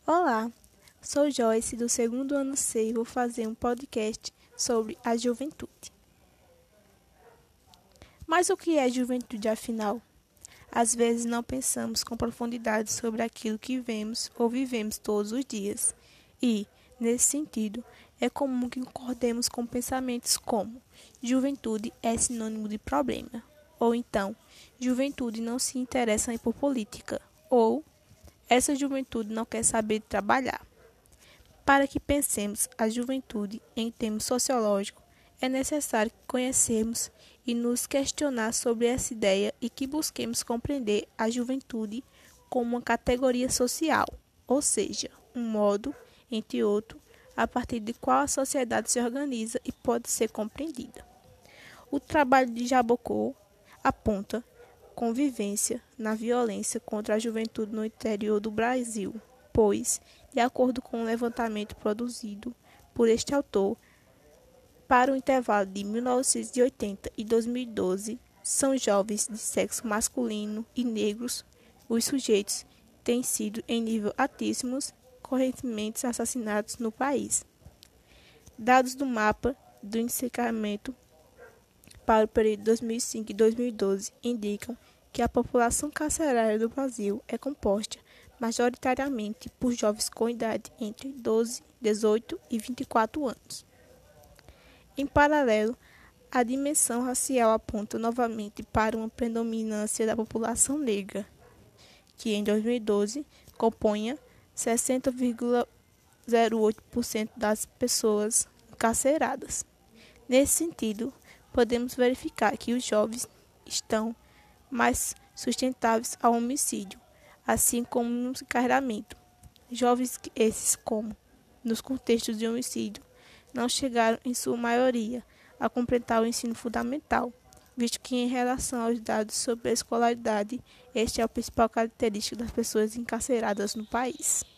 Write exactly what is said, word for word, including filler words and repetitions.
Olá, sou Joyce do segundo ano C e vou fazer um podcast sobre a juventude. Mas o que é juventude afinal? Às vezes não pensamos com profundidade sobre aquilo que vemos ou vivemos todos os dias. E, nesse sentido, é comum que concordemos com pensamentos como juventude é sinônimo de problema, ou então, juventude não se interessa por política, ou essa juventude não quer saber de trabalhar. Para que pensemos a juventude em termos sociológicos, é necessário conhecermos e nos questionar sobre essa ideia e que busquemos compreender a juventude como uma categoria social, ou seja, um modo, entre outros, a partir de qual a sociedade se organiza e pode ser compreendida. O trabalho de Jabocô aponta convivência na violência contra a juventude no interior do Brasil, pois, de acordo com o levantamento produzido por este autor, para o intervalo de mil novecentos e oitenta e dois mil e doze, são jovens de sexo masculino e negros os sujeitos têm sido em nível altíssimos correntemente assassinados no país. Dados do mapa do encarceramento para o período de dois mil e cinco e dois mil e doze indicam que a população carcerária do Brasil é composta majoritariamente por jovens com idade entre doze, dezoito e vinte e quatro anos. Em paralelo, a dimensão racial aponta novamente para uma predominância da população negra, que em dois mil e doze compunha sessenta vírgula zero oito por cento das pessoas encarceradas. Nesse sentido, podemos verificar que os jovens estão mais sustentáveis ao homicídio, assim como no encarceramento. Jovens esses, como nos contextos de homicídio, não chegaram, em sua maioria, a completar o ensino fundamental, visto que, em relação aos dados sobre a escolaridade, este é a principal característica das pessoas encarceradas no país.